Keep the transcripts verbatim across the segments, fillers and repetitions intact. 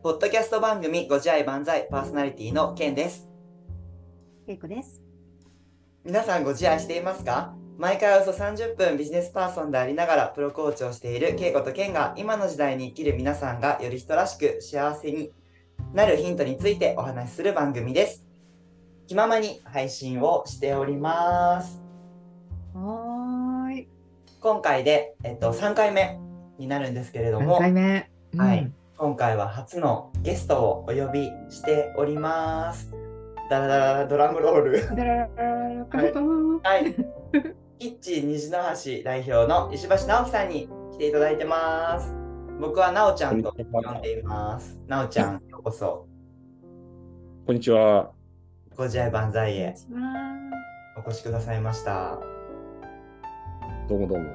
ポッドキャスト番組ご自愛万歳パーソナリティのケンです。 けいこです。 皆さんご自愛していますか？毎回およそさんじゅっぷんビジネスパーソンでありながらプロコーチをしているケイコとケンが今の時代に生きる皆さんがより人らしく幸せになるヒントについてお話しする番組です。気ままに配信をしております。 はーい。 今回で、えっと、さんかいめになるんですけれども、 さんかいめ。うん、 はい、今回は初のゲストをお呼びしております。ダラダラドラムロール。 だららららはい、はい、キッチン虹の橋代表の石橋直樹さんに来ていただいてます。僕はなおちゃんと呼んでいます。なおちゃん、ようこそ。 こんにちは。 ご自愛万歳へこんにちは。 お越しくださいました。 どうもどうも。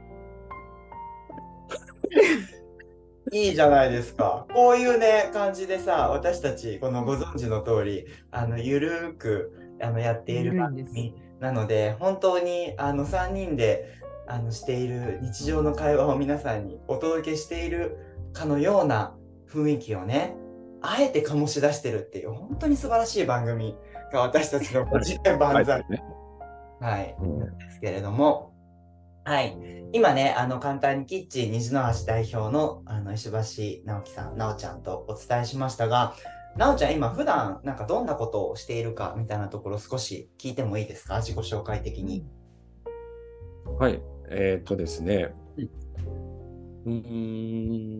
いいじゃないですか。こういうね、感じでさ、私たち、このご存知の通り、あの、ゆるーくあのやっている番組なので、本当にあのさんにんであのしている日常の会話を皆さんにお届けしているかのような雰囲気をね、あえて醸し出してるっていう、本当に素晴らしい番組が私たちのご自愛万歳。はい、なんですけれども、はい、今ね、あの簡単にキッチン虹の橋代表の、あの石橋直樹さん、なおちゃんとお伝えしましたが、なおちゃん、今普段なんかどんなことをしているかみたいなところ少し聞いてもいいですか？自己紹介的に。 はい、えー、っとですね、うん、うーん、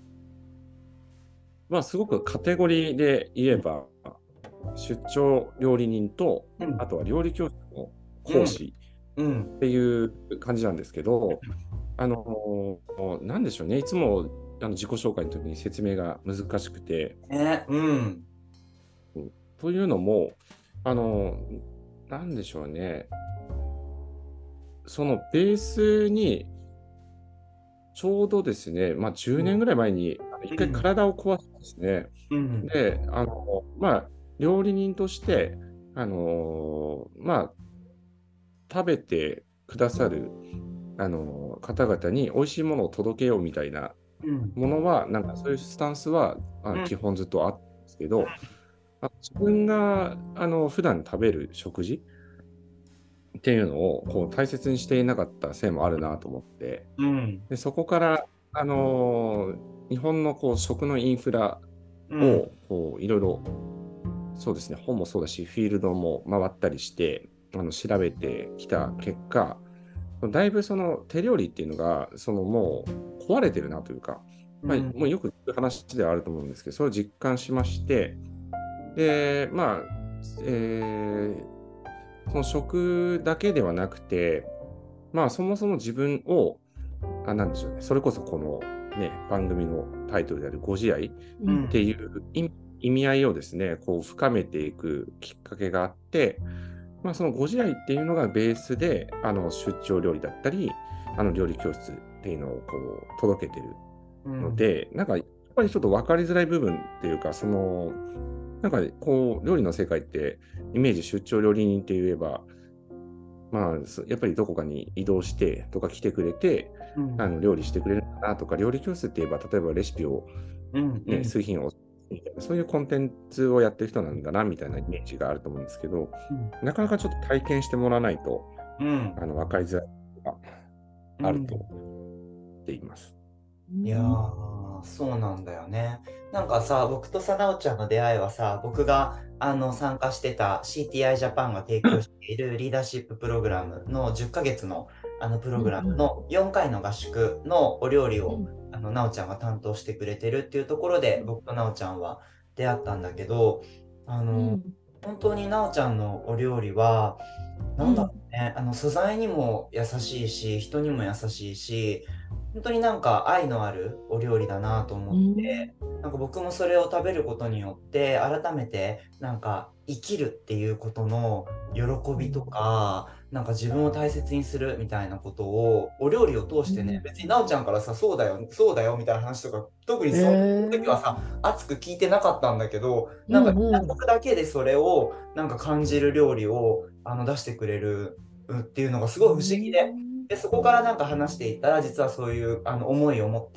まあすごくカテゴリーで言えば、出張料理人と、うん、あとは料理教室の講師っていう感じなんですけど、うん、あのなんでしょうね、いつもあの自己紹介の時に説明が難しくて、 えうん、 というのも、あのなんでしょうね、そのベースにちょうどですね、まあ、じゅうねんぐらい前に一回体を壊したんですね。うん、で、あの、まあ、料理人として、あのー、まあ、食べてくださる、あのー、方々に美味しいものを届けようみたいなものは、うん、なんかそういうスタンスは、あの基本ずっとあったんですけど、あ自分があの普段食べる食事っていうのをこう大切にしていなかったせいもあるなと思って、うん、でそこから、あのー、日本のこう食のインフラをこういろいろそうですね、本もそうだしフィールドも回ったりしてあの調べてきた結果、だいぶその手料理っていうのがそのもう壊れてるなというか、まあ、もうよく聞く話ではあると思うんですけど、それを実感しまして、でまあえーその食だけではなくて、まあそもそも自分を、あ、なんでしょうね、それこそこのね、番組のタイトルであるご自愛っていう意味、うん、意味合いをですね、こう深めていくきっかけがあって、まあそのご自愛っていうのがベースで、あの出張料理だったり、あの料理教室っていうのをこう届けてるので、うん、なんかやっぱりちょっと分かりづらい部分っていうか、その、なんかこう料理の世界ってイメージ出張料理人って言えば、まあやっぱりどこかに移動してとか来てくれて、うん、あの料理してくれるんだなとか、料理教室って言えば例えばレシピを、ねうんうん、製品をそういうコンテンツをやってる人なんだなみたいなイメージがあると思うんですけど、うん、なかなかちょっと体験してもらわないと、うん、あの分かりづらいことがあると言っています。 うん、いやーそうなんだよね。なんかさ、僕とさなおちゃんの出会いはさ、僕があの参加してた シーティーアイ ジャパンが提供しているリーダーシッププログラムのじゅっかげつのあのプログラムのよんかいの合宿のお料理を、うん、あのなおちゃんが担当してくれてるっていうところで僕となおちゃんは出会ったんだけど、あの、うん、本当になおちゃんのお料理はなんだろうね、うん、あの素材にも優しいし人にも優しいし、本当になんか愛のあるお料理だなと思って、うん、なんか僕もそれを食べることによって改めてなんか生きるっていうことの喜びとか、なんか自分を大切にするみたいなことをお料理を通してね、別になおちゃんからさそうだよそうだよみたいな話とか特にその時はさ、えー、熱く聞いてなかったんだけど、なんか僕だけでそれをなんか感じる料理をあの出してくれるっていうのがすごい不思議で、でそこからなんか話していったら実はそういうあの思いを持って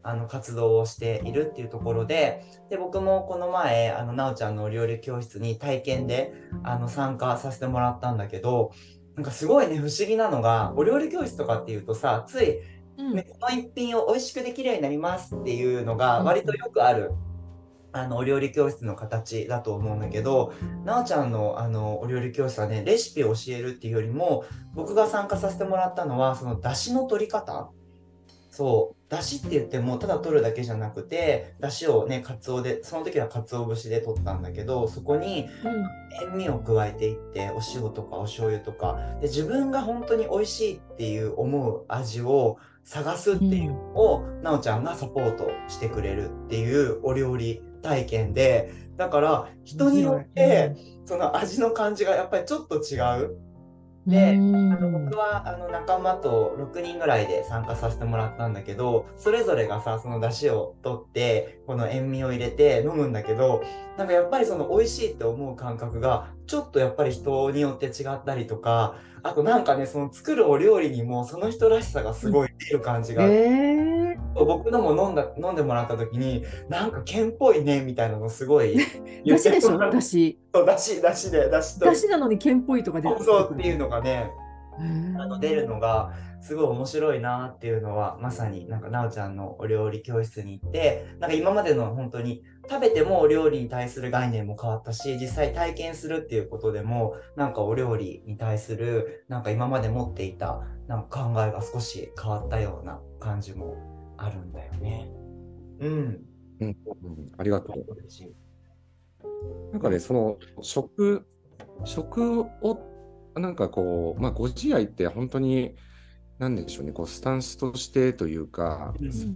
あの活動をしているっていうところで、で僕もこの前あのなおちゃんのお料理教室に体験であの参加させてもらったんだけど、なんかすごいね不思議なのが、お料理教室とかっていうとさ、つい、 うんね、この一品を美味しくできるようになりますっていうのがうん割とよくあるあのお料理教室の形だと思うんだけど、なおちゃんの、あのお料理教室はね、レシピを教えるっていうよりも、僕が参加させてもらったのはその出汁の取り方。そう、出汁って言ってもただ取るだけじゃなくて、出汁をね、かつおで、その時はかつお節で取ったんだけど、そこに塩味を加えていって、お塩とかお醤油とかで、自分が本当に美味しいっていう思う味を探すっていうのを、なおちゃんがサポートしてくれるっていうお料理体験で、だから人によってその味の感じがやっぱりちょっと違う。で、あの僕はあの仲間とろくにんぐらいで参加させてもらったんだけど、それぞれがさ、その出汁を取ってこの塩味を入れて飲むんだけど、なんかやっぱりその美味しいって思う感覚がちょっとやっぱり人によって違ったりとか、あとなんかね、その作るお料理にもその人らしさがすごい出る感じが、 えー僕のも飲んだ飲んでもらった時に、なんか剣っぽいねみたいなのすごい言だしでしょ、 ってもらっだし。 そうだしだしでだしとだしなのに剣っぽいとか出てくる。 そうっていうのがね、 へーあの出るのがすごい面白いなっていうのは、まさになんかなおちゃんのお料理教室に行って、なんか今までの本当に食べてもお料理に対する概念も変わったし、実際体験するっていうことでもなんかお料理に対するなんか今まで持っていたなんか考えが少し変わったような感じもあるんだよね。うん。 うんうんありがとう。 嬉しい。 なんかね、その食、食を、なんかこう、まあ、ご自愛って本当に、なんでしょうね、こう、スタンスとしてというか、 うん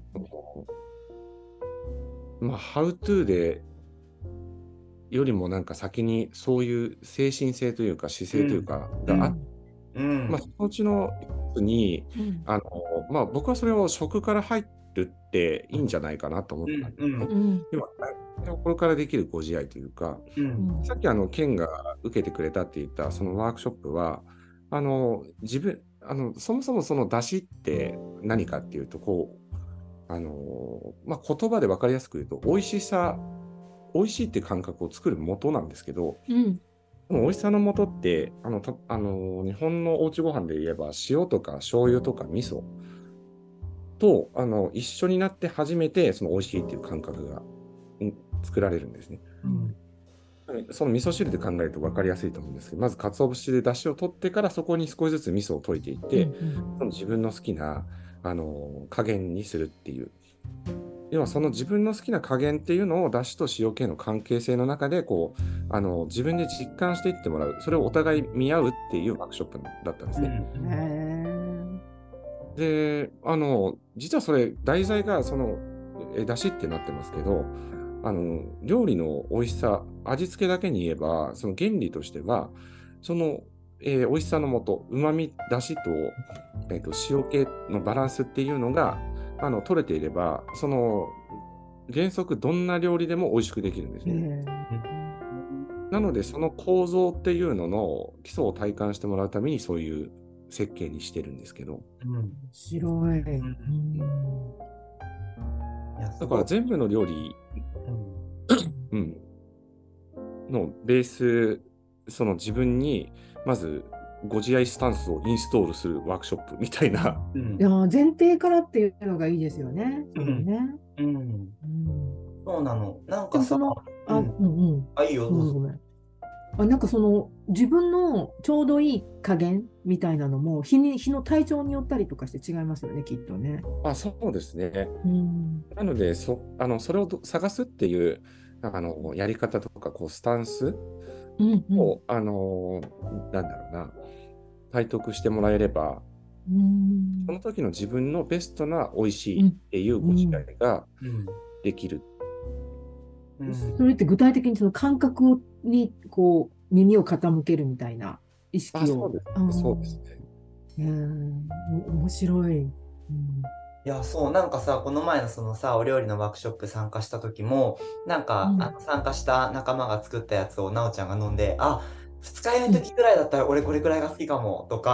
まあ、How to で、よりもなんか先にそういう精神性というか姿勢というかがあって、 うんまあ、そのうちの一つに、 うんあの、まあ、僕はそれを食から入るっていいんじゃないかなと思ったんですね。 うんうん要はこれからできるご自愛というか、 うんさっきあの、ケンが受けてくれたって言ったそのワークショップは、あの、自分、あの、そもそもその出汁って何かっていうと、こう、あの、まあ、言葉で分かりやすく言うと、美味しさ、美味しいって感覚を作る元なんですけど、 うんこの美味しさの元って、あの、たあの日本のおうちご飯で言えば、塩とか醤油とか味噌と、あの、一緒になって初めて、その美味しいっていう感覚が、うん作られるんですね。 うんその味噌汁で考えると分かりやすいと思うんですけど、まず鰹節で出汁を取ってから、そこに少しずつ味噌を溶いていって、 うんその自分の好きな、あの加減にするっていう。要はその自分の好きな加減っていうのを出汁と塩気の関係性の中でこうあの自分で実感していってもらう、それをお互い見合うっていうワークショップだったんですね。 うんへで、あの実はそれ題材がそのえ出汁ってなってますけど、あの料理の美味しさ、味付けだけに言えばその原理としてはその、えー美味しさのもと、うまみ、出汁と、えーと塩気のバランスっていうのがあの取れていれば、その原則どんな料理でも美味しくできるんですえね。なのでその構造っていうのの基礎を体感してもらうためにそういう設計にしてるんですけど、 うん面白い。うんいやすごいだから全部の料理、 うんうん、のベース、その自分にまずご自愛スタンスをインストールするワークショップみたいな。 うんいやー前提からっていうのがいいですよね。それね。 うんうんそうなの。なんでかさ、 もその、あ、 ううんんうん。 あ、いいよ、どうぞ。 ごめんごめん。あ、なんかその自分のちょうどいい加減みたいなのも日に、日の体調によったりとかして違いますよね、きっとね。 あ、そうですね。 うん。 なので、そ、あの、それをど探すっていう、あの、やり方とか、こう、スタンスうんうんを、あの、なんだろうな、体得してもらえれば、 うんその時の自分のベストな美味しいっていうご自愛がうんできる。 うんそれって具体的にその感覚をにこう耳を傾けるみたいな意識を。 あ、そうですあーね。そうですね。 うんお面白い。うんいや、そう、なんかさ、この前のそのさ、お料理のワークショップ参加した時も、なんか、 うんあの参加した仲間が作ったやつをなおちゃんが飲んで、あ、二日酔いの時ぐらいだったら俺これくらいが好きかもとか、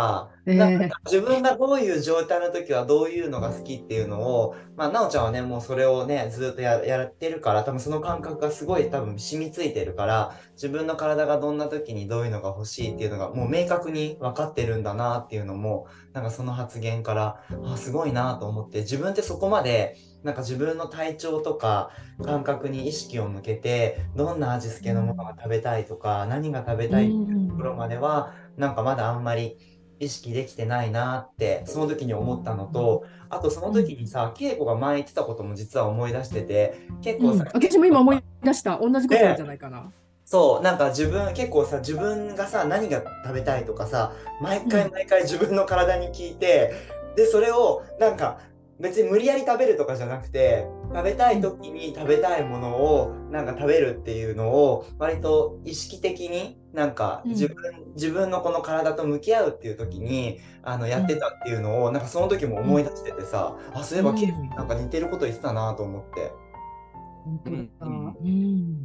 なんかえ自分がどういう状態の時はどういうのが好きっていうのを、まあ、なおちゃんはね、もうそれをね、ずっとや、やってるから、多分その感覚がすごい多分染みついてるから、自分の体がどんな時にどういうのが欲しいっていうのがもう明確に分かってるんだなっていうのも、なんかその発言から、あ、すごいなと思って、自分ってそこまで、なんか自分の体調とか感覚に意識を向けて、どんな味付けのものが食べたいとか、何が食べうたいっていうところん。 までは、なんかまだあんまり意識できてないなってその時に思ったのと、あとそのうん。 時にさ、稽古が前言ってたことも実は思い出してて、結構さ、 うん。私も今思い出した。同じことなんじね、 ゃないかな。 そう、なんか自分、結構さ、自分がさ、何が食べたいとかさ、毎うん。 回毎回自分の体に聞いて、で、それをなんか別に無理やり食べるとかじゃなくて、食べたいうん。 時に食べたいものをなんか食べるっていうのを割と意識的になんか自分、 うん。 自分のこの体と向き合うっていう時にあのやってうん。 たっていうのをなんかその時もうん。 思い出しててさ、あ、そういえうばケイスん。 なんか似てること言ってたなと思って。 本当だ。 うんうん。 うん。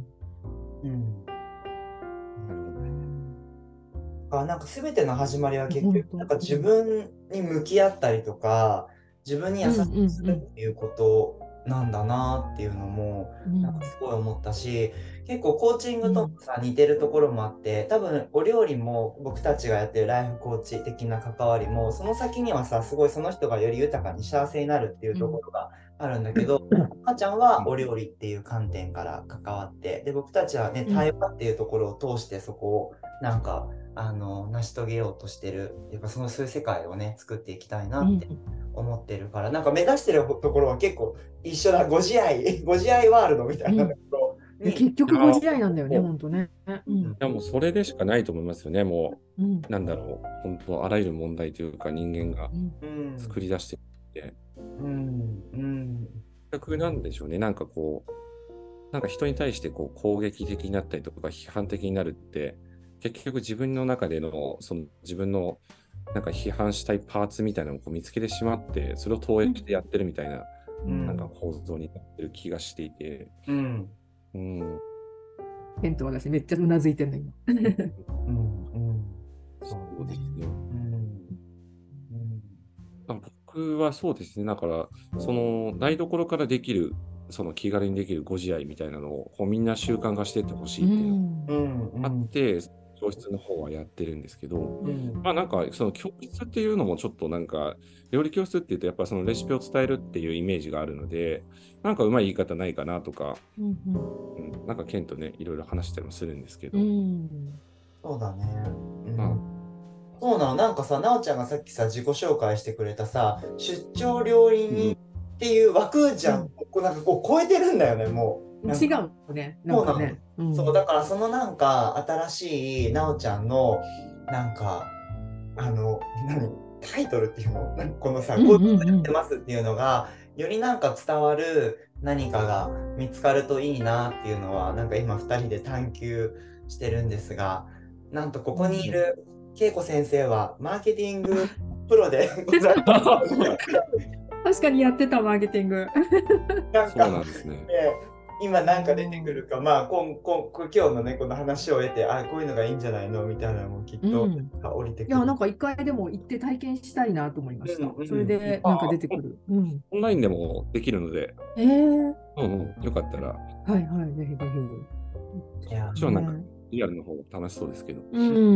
うん。 なるほど。 あ、なんか全ての始まりは結局、 本当。 なんか自うん。 分に向き合ったりとか、自分に優しくうん。うん。 すうん。 るっていうことなんだなっていうのも、なんかうん。 すごい思ったし、結構コーチングともうん。 さ、似てるところもあって、多分お料理も僕たちがやってるライフコーチ的な関わりも、その先にはさ、すごいその人がより豊かに幸せになるっていううん。 ところがあるんだけど、母ちゃんはうんお料理っていう観点から関わって、で、僕たちはね、 うん。 対話っていうところを通してそこをなんか、あの成し遂げようとしてるっていうか、そのそういう世界をね作っていきたいなってうん。 思ってるから、なんか目指してるところは結構一緒だ。ご自愛ご自愛ワールドみたいなとうん。 ころで、 に。 結局ごああ、 時代なんだよね、 もう、 本当ね。 うん、 うん。 いやもうそれでしかないと思いますよね。もうん。 う、なんだろう。本当、あらゆる問題というか人間がうん。 うん、 作り出していて、 うん、うん、 結局なんでしょうね。なんかこう、なんか人に対してこう攻撃的になったりとか批判的になるって、結局自分の中での、その自分のなんか批判したいパーツみたいなのをこう見つけてしまって、それを投影してやってるみたいな、 うん。 なんか構造になってる気がしていて、 うん、 うん、 ケント私めっちゃうなずいてんの今。 うん、うん、 そうですね。 うん、うん、 あ僕はそうですね。だから、その台所からできる、その気軽にできるご自愛みたいなのをこうみんな習慣化していってほしういっていうのがん。 うん、うあっん、 て、教室の方はやってるんですけど、 うん、 まあなんかその教室っていうのもちょっとなんか料理教室っていうとやっぱそのレシピを伝えるっていうイメージがあるので、なんかうまい言い方ないかなとか、 うん。 うん、なんかケンとねいろいろ話したりもするんですけうど、 ん。 そうだね。うまあん。そうなの、なんかさ、なおちゃんがさっきさ、自己紹介してくれたさ、出張料理うん人っていう枠じゃん、 うん。 こうなんかこう超えてるんだよね、もう。なん違か、 うね、なそうなの。 んかね。うそう、だん。 からそのなんか、新しいなおちゃんの、なんか、あの、何、タイトルっていうのなんかこのさ、 うんこういうことうんうん。 やってますっていうのが、よりなんか伝わる何かが見つかるといいなっていうのは、なんか今ふたりで探求してるんですが、なんとここにいうんる恵子先生はマーケティングプロでございます。 確かにやってたマーケティング。 なんか、 そうなんですね、 ね。 今なんか出てくうるか、まあ、こんこんこ今日のね、この話を得て、あ、こういうのがいいんじゃないのみたいなのもきっとん。 降りていや、なくる。 んか一回でも行って体験したいなと思いまうした。 んうん。 それであなんか出てくる。うん。 オンラインでもできるので、 えー、 うんうん、よかったら、もはいはい、ぜひぜいや、 ちろんなんかねリアルの方が楽しそうですけど。 ひ。うん。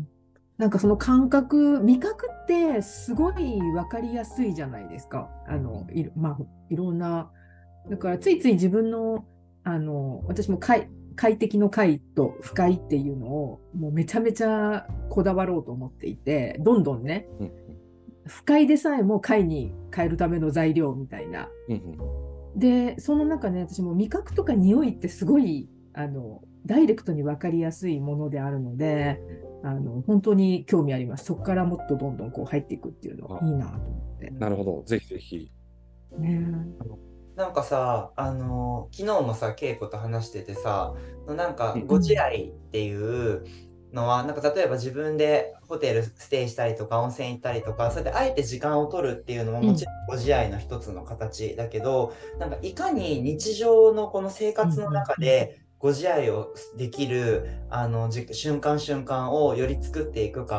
なんかその感覚、味覚ってすごい分かりやすいじゃないですか。あの、いろ、まあ、いろんな。だからついつい自分の、あの、私も快、快適の快と不快っていうのをもうめちゃめちゃこだわろうと思っていて、どんどんね、 うん不快でさえも快に変えるための材料みたいな。 うんうんで、その中ね、私も味覚とか匂いってすごい、あの、ダイレクトに分かりやすいものであるので、あの、本当に興味あります。そこからもっとどんどんこう入っていくっていうのあいいなと思って。 なるほど、ぜひぜひ。 ねなんかさ、あの、昨日もさ、恵子と話しててさ、なんか、 うんご自愛っていうのは、なんか例えば自分でホテルステイしたりとか、温泉行ったりとか、それであえて時間を取るっていうのもうん。 もちろんご自愛の一つの形だけど、なんかいかに日常のこの生うん。 活のうん。うん。 中でご自愛をできる、あの、じ瞬間瞬間をより作っていくかっ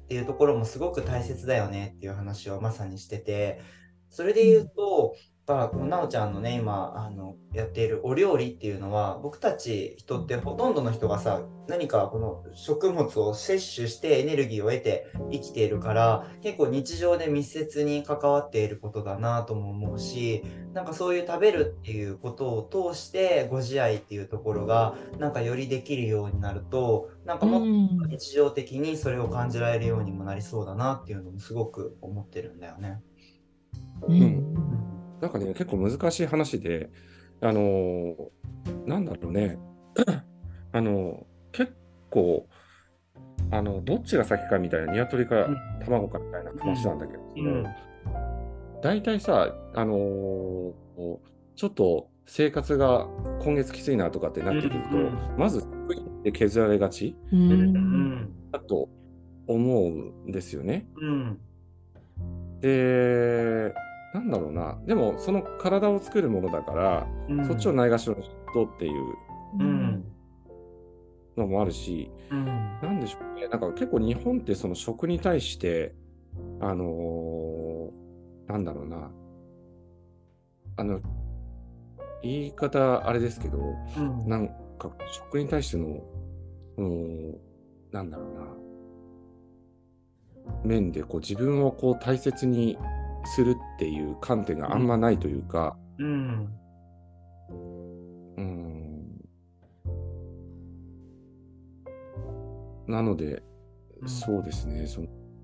っていうところもすごく大切だよねっていう話をまさにしてて、それで言うと、やっぱこのなおちゃんのね、今あのやっているお料理っていうのは、僕たち人ってほとんどの人がさ、何かこの食物を摂取してエネルギーを得て生きているから、結構日常で密接に関わっていることだなとも思うし、なんかそういう食べるっていうことを通してご自愛っていうところがなんかよりできるようになると、なんかうもっとん。 日常的にそれを感じられるようにもなりそうだなっていうのもすごく思ってるんだよね。 ううん。 ん。 なんかね、結構難しい話で、あのーなんだろうね、あの結構、あの、どっちが先かみたいな、鶏かうん卵かみたいな話なんだけど、そのうん大体さ、あのーちょっと生活が今月きついなとかってなってくると、 うんまず食品って削られがちう。 うんんだと思うんですよね。 うんで、なんだろうな、でもその体を作るものだから、 うんそっちをないがしろにしとっていううんのもあるし、 うんなんでしょうね、なんか結構日本ってその食に対して、あのーなんだろうな、あの、言い方あれですけど、 うんなんか食に対しての、うん、なんだろうな、面でこう自分をこう大切にするっていう観点があんまないというか、 うんうん、なので、 うんそうですね、その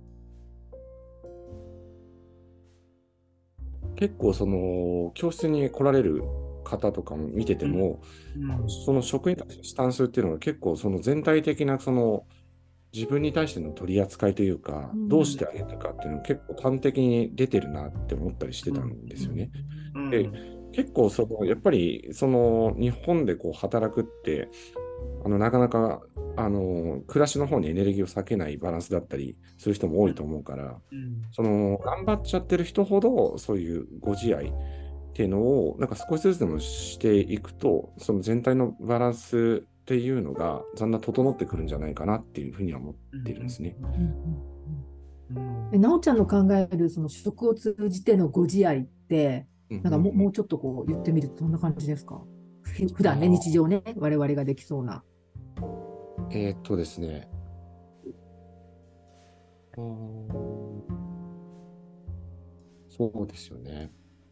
結構その教室に来られる方とかも見てても、 うんその食に対してのスタンスっていうのが結構その全体的なその自分に対しての取り扱いというか、 うんどうしてあげたかっていうのが結構端的に出てるなって思ったりしてたんですよね。 うんで、結構そのやっぱりその日本でこう働くってあのなかなかあの暮らしの方にエネルギーを割けないバランスだったりする人も多いと思うから、 うんその頑張っちゃってる人ほどそういうご自愛っていうのをなんか少しずつでもしていくと、その全体のバランスっていうのがだんだん整ってくるんじゃないかなっていうふうには思ってるんですね。 うんえ、なおちゃんの考えるその食を通じてのご自愛って、 うんなんかもう、 うんうんもうちょっとこう言ってみるとどんな感じですか？ふ普段ね、 あー日常ね、我々ができそうな。 えーっとですね。うーんそうですよね。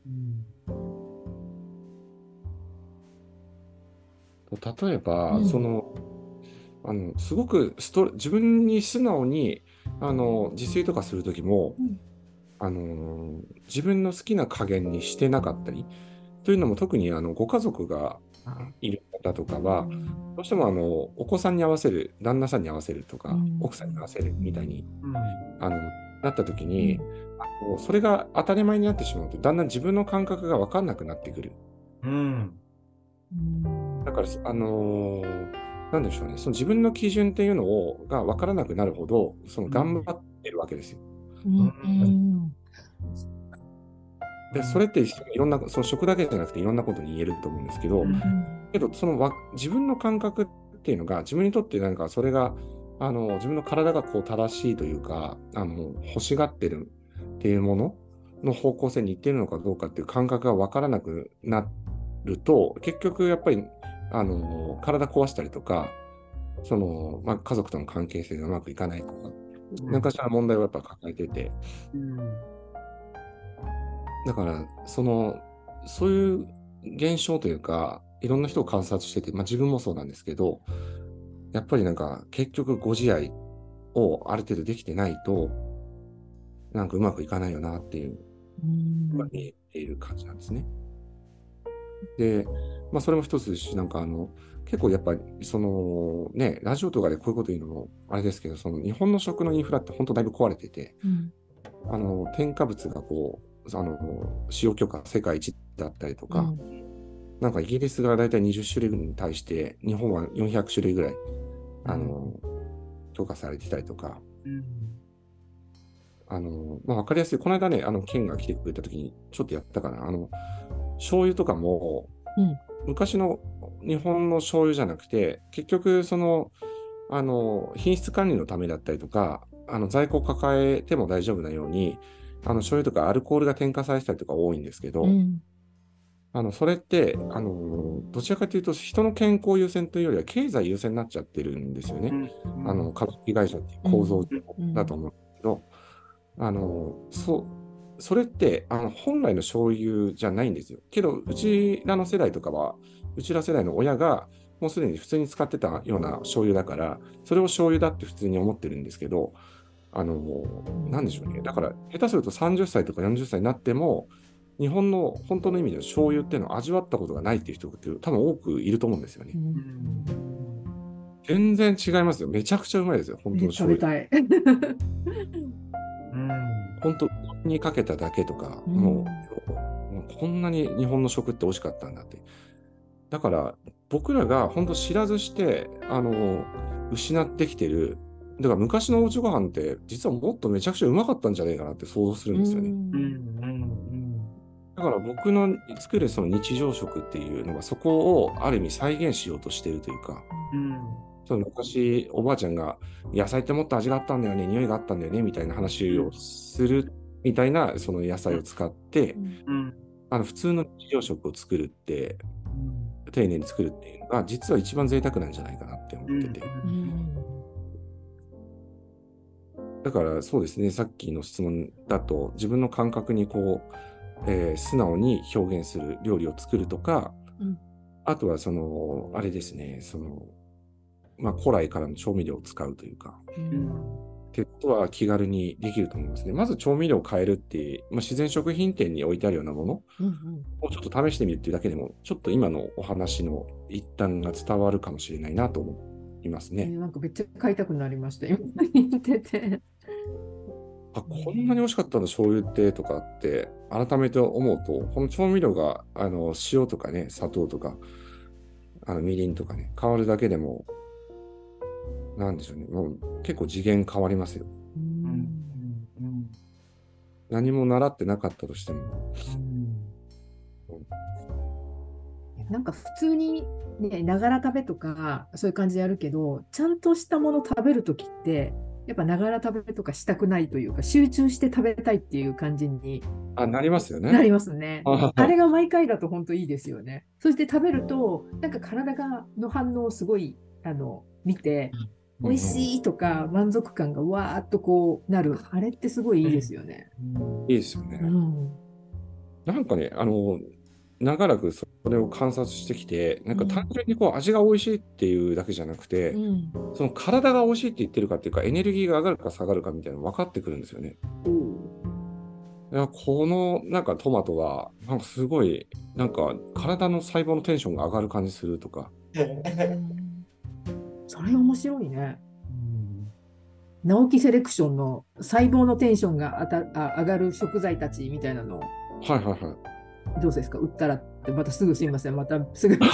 例えば、 うんその、あの、すごくストレ自分に素直に、あの、自炊とかするときも、 うんあの、自分の好きな加減にしてなかったり、というのも特にあのご家族がいる方とかは、どうしてもあのお子さんに合わせる、旦那さんに合わせるとか、 うん奥さんに合わせるみたいにうんあのなった時に、あのそれが当たり前になってしまうと、だんだん自分の感覚が分かんなくなってくる。 うんうんだから、あのーなんでしょうね、その自分の基準っていうのをが分からなくなるほど、その頑張ってるわけですよ。 うんうんで、それっていろんな、その食だけじゃなくていろんなことに言えると思うんですけど、 うんけど、そのわ自分の感覚っていうのが、自分にとってなんかそれが、あの、自分の体がこう正しいというか、あの、欲しがってるっていうものの方向性に行っているのかどうかっていう感覚が分からなくなると、結局やっぱり、あの、体壊したりとか、その、まあ、家族との関係性がうまくいかないとか、何かしら問題をやっぱ抱えてて、 うんだから、その、そういう現象というか、いろんな人を観察してて、まあ自分もそうなんですけど、やっぱりなんか結局ご自愛をある程度できてないと、なんかうまくいかないよなっていうのが見えている感じなんですね。で、まあそれも一つですし、なんかあの、結構やっぱりそのね、ラジオとかでこういうこと言うのもあれですけど、その日本の食のインフラって本当だいぶ壊れてて、 うんあの、添加物がこう、あの、使用許可世界一だったりとか、 うんなんかイギリスがだいたいにじゅっ種類に対して日本はよんひゃく種類ぐらい、あの、許可されてたりとか、 うんあの、まあ、わかりやすい。この間ね、あの、県が来てくれた時にちょっとやったかな。あの、醤油とかも、 うん昔の日本の醤油じゃなくて、結局、その、あの、品質管理のためだったりとか、 あの在庫を抱えても大丈夫なように、あの醤油とかアルコールが添加されてたりとか多いんですけど、 うんあのそれってあのどちらかというと人の健康優先というよりは経済優先になっちゃってるんですよね。 うんあの株式会社っていう構造だと思うんですけど、あのそそれってあの本来の醤油じゃないんですよ。けどうちらの世代とかはうちら世代の親がもうすでに普通に使ってたような醤油だから、それを醤油だって普通に思ってるんですけど、あのなんでしょうね。だから下手するとさんじゅっさいとかよんじゅっさいになっても日本の本当の意味での醤油っていうのを味わったことがないっていう人が多分多くいると思うんですよね。 ううんん全然違いますよ。めちゃくちゃうまいですよ、本当の食醤べ油。 たい。 うん本当にかけただけとか、 うんもう、もうこんなに日本の食って美味しかったんだって。だから僕らが本当知らずしてあの失ってきてる。だから昔のおうちご飯って実はもっとめちゃくちゃうまかったんじゃないかなって想像するんですよね。 うんうんだから僕の作るその日常食っていうのがそこをある意味再現しようとしてるというか、 うんその昔おばあちゃんが野菜ってもっと味があったんだよね、匂いがあったんだよねみたいな話をするみたいなその野菜を使って、 うんあの普通の日常食を作るって丁寧に作るっていうのが実は一番贅沢なんじゃないかなって思ってて、だからそうですね、さっきの質問だと自分の感覚にこう、えー素直に表現する料理を作るとか、 うんあとはそのあれですね、そのまあ古来からの調味料を使うというか、 うんっていうことは気軽にできると思いますね。まず調味料を変えるって、まあ、自然食品店に置いてあるようなものうんをちょっと試してみるっていうだけでも、ちょっと今のお話の一端が伝わるかもしれないなと思いますえーね。 なんかめっちゃ買いたくなりました。今言ってて。 あ、こんなに美味しかったんだ、醤油ってとかって改めて思うと、この調味料があの塩とかね、砂糖とか、あのみりんとかね、変わるだけでも、なんでしょうね、もう結構次元変わりますよ。 うんうん何も習ってなかったとしても。 なんか普通にね、ながら食べとかそういう感じでやるけど、ちゃんとしたもの食べるときって、やっぱながら食べとかしたくないというか、集中して食べたいっていう感じにあ、なりますよね。 なりますね。 ああれが毎回だと本当いいですよね。そして食べると、なんか体がの反応をすごいあの見て、美味しいとか満足感がわーっとこうなる。あれってすごいいいですよね。 いいですよね。 うん。 なんかね、あの、長らくそれを観察してきて、なんか単純にこう味が美味しいっていうだけじゃなくて、 うん。 その体が美味しいって言ってるかっていうか、エネルギーが上がるか下がるかみたいなの分かってくるんですよね。いや、このなんかトマトが、なんかすごい、なんか体の細胞のテンションが上がる感じするとか、 それ面白いね。直木セレクションの細胞のテンションがあたあ上がる食材たちみたいなのはいはいはい。 どうですか売ったらってまたすぐすいませんまたすぐ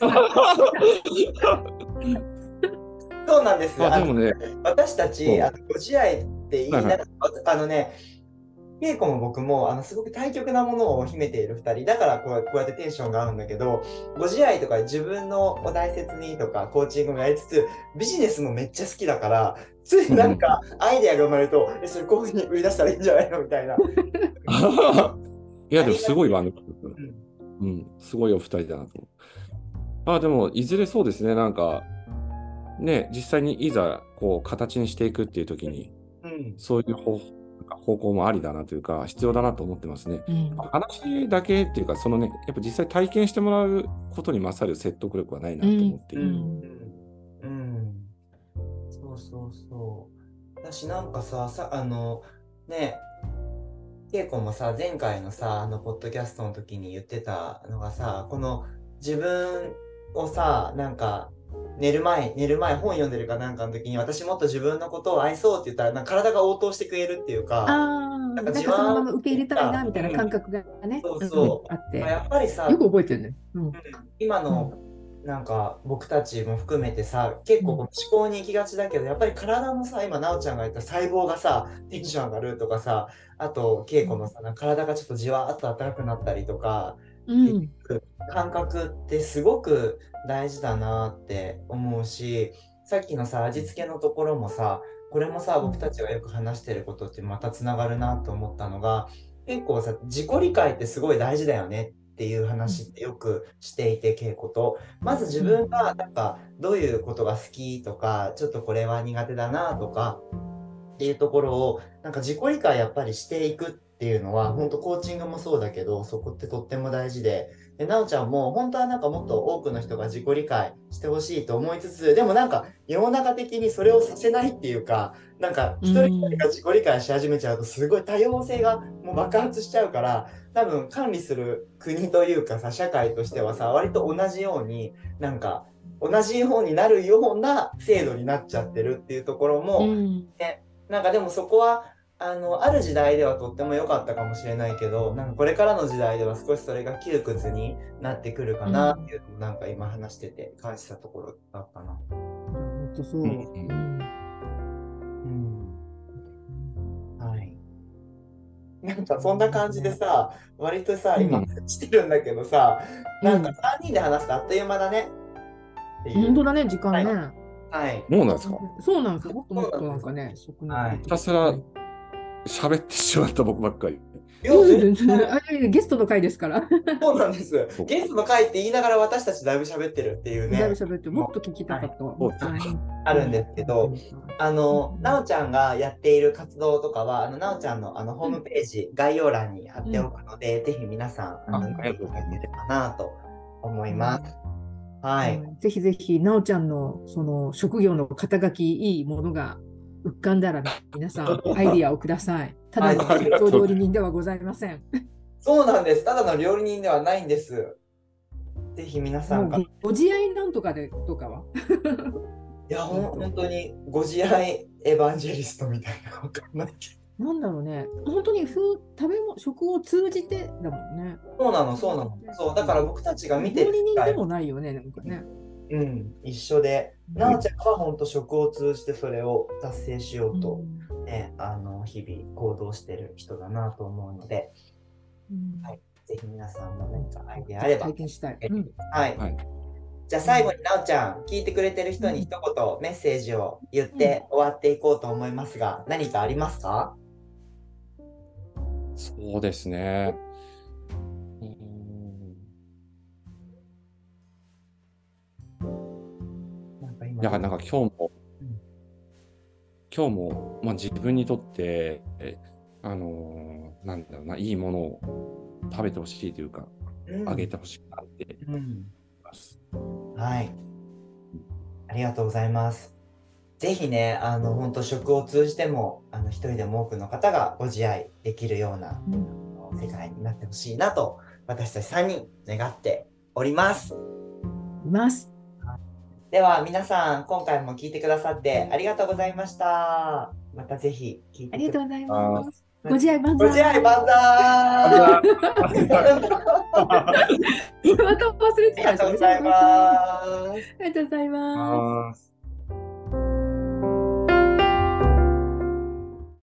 そうなんですよ。 あ、でもね、 私たち、あのご自愛って言いながら、 はいあのね、稽古も僕もあのすごく対極なものを秘めているふたりだからこうこうやってテンションが合うんだけど、ご自愛とか自分のを大切にとかコーチングもやりつつビジネスもめっちゃ好きだから、ついなんかアイデアが生まれると、えそれこういうふうに売り出したらいいんじゃないのみたいな。 いや、でもすごいわ、ね、 うん、 うん、すごいお二人だなと思う。あ、でも、いずれそうですね、なんか、ね、実際にいざ、こう、形にしていくっていう時に、 うん、 そういう方方向もありだなというか、必要だなと思ってますね。 うん、 話だけっていうか、そのね、やっぱ実際体験してもらうことに勝る説得力はないなと思っている。 うん、うん、そうそうそう。だし、なんかさ、さあの、ね、稽古もさ、前回のさ、あの、ポッドキャストの時に言ってたのがさ、この自分をさ、なんか、寝る前、寝る前、本読んでるかなんかの時に、私もっと自分のことを愛そうって言ったら、なんか体が応答してくれるっていうか、 ああ、なんかそのまま受け入れたいなみたいな感覚がね、 うん、そうそう、 うん、あって、 やっぱりさ、 よく覚えてるね。うん、 今の、なんか僕たちも含めてさ、結構思考に行きがちだけど、やっぱり体のさ、今、なおちゃんが言った細胞がさ、テンション上がるとかさ、あと、稽古のさ、体がちょっとじわーっと温かくなったりとか、 うん、 っていう感覚ってすごく大事だなって思うし、さっきのさ、味付けのところもさ、 これもさ、僕たちがよく話してることってまたつながるなと思ったのが、結構さ、自己理解ってすごい大事だよねっていう話ってよくしていて、稽古と。まず自分がなんかどういうことが好きとか、ちょっとこれは苦手だなとかっていうところを、なんか自己理解やっぱりしていくっていうのは、本当コーチングもそうだけど、そこってとっても大事で、で、なおちゃんも本当はなんかもっと多くの人が自己理解してほしいと思いつつ、でもなんか世の中的にそれをさせないっていうか、なんか一人一人が自己理解し始めちゃうとすごい多様性がもう爆発しちゃうから、多分管理する国というかさ、社会としてはさ、割と同じようになんか同じようになるような制度になっちゃってるっていうところも、ね、なんかでもそこはあの、ある時代ではとっても良かったかもしれないけど、なんかこれからの時代では少しそれが窮屈になってくるかなっていうのをなんか今話してて感じたところだったな。 本当そう。 うんうん。はい。なんかそんな感じでさ、割とさ、今してるんだけどさ、なんかさんにんで話すとあっという間だね。 本当だね、時間ね。 はい。 もうなんですか？ そうなんですよ。もっともっとなんかね、食のひたすら喋ってしまった僕ばっかり。 いや、全然あれゲストの回ですから。 そうなんです。ゲストの回って言いながら私たちだいぶ喋ってるっていうね。 だいぶ喋って、もっと聞きたかったわ。 あるんですけど、あの、なおちゃんがやっている活動とかは、あの、なおちゃんのあのホームページ、概要欄に貼っておくので、ぜひ皆さん、あの、見ていただければなと思います。はい。 ぜひぜひ、なおちゃんのその職業の肩書き、いいものが浮かんだら、皆さん、アイディアをください。ただの出張料理人ではございません。 そうなんです。ただの料理人ではないんです。ぜひ皆さんが。 ご自愛なんとかでとかはいや、ほん本当にご自愛エヴァンジェリストみたいな、わかんないけど。なんだろうね。本当に食べ物、食を通じてだもんね。 そうなの、そうなの。そう、だから僕たちが見てる。 料理人でもないよね、なんかね。 うん、一緒で。なおちゃんは本当食を通じてそれを達成しようと、ね、うん、あの日々行動してる人だなと思うので、うん、はい、ぜひ皆さんも何かアイデアあれば体験したい。 うん、はい。はい、じゃあ最後になおちゃん、聞いてくれてる人に一言メッセージを言って終わっていこうと思いますが、何かありますか？ そうですね。いや、なんか今日も、うん、今日も、まあ、自分にとって、あのー、なんだろうな、いいものを食べてほしいというか、うん、あげてほしいなって思います、 うん。はい。ありがとうございます。ぜひね、あの、本当食を通じても、あの、一人でも多くの方がご自愛できるような、うん、世界になってほしいなと、私たちさんにん願っております。 います。 では皆さん、今回も聞いてくださってありがとうございました。またぜひ聞いてください。 ありがとうございます。ご自愛万歳。ご自愛万歳。 また忘れてた。 ありがとうございます。 ありがとうございます。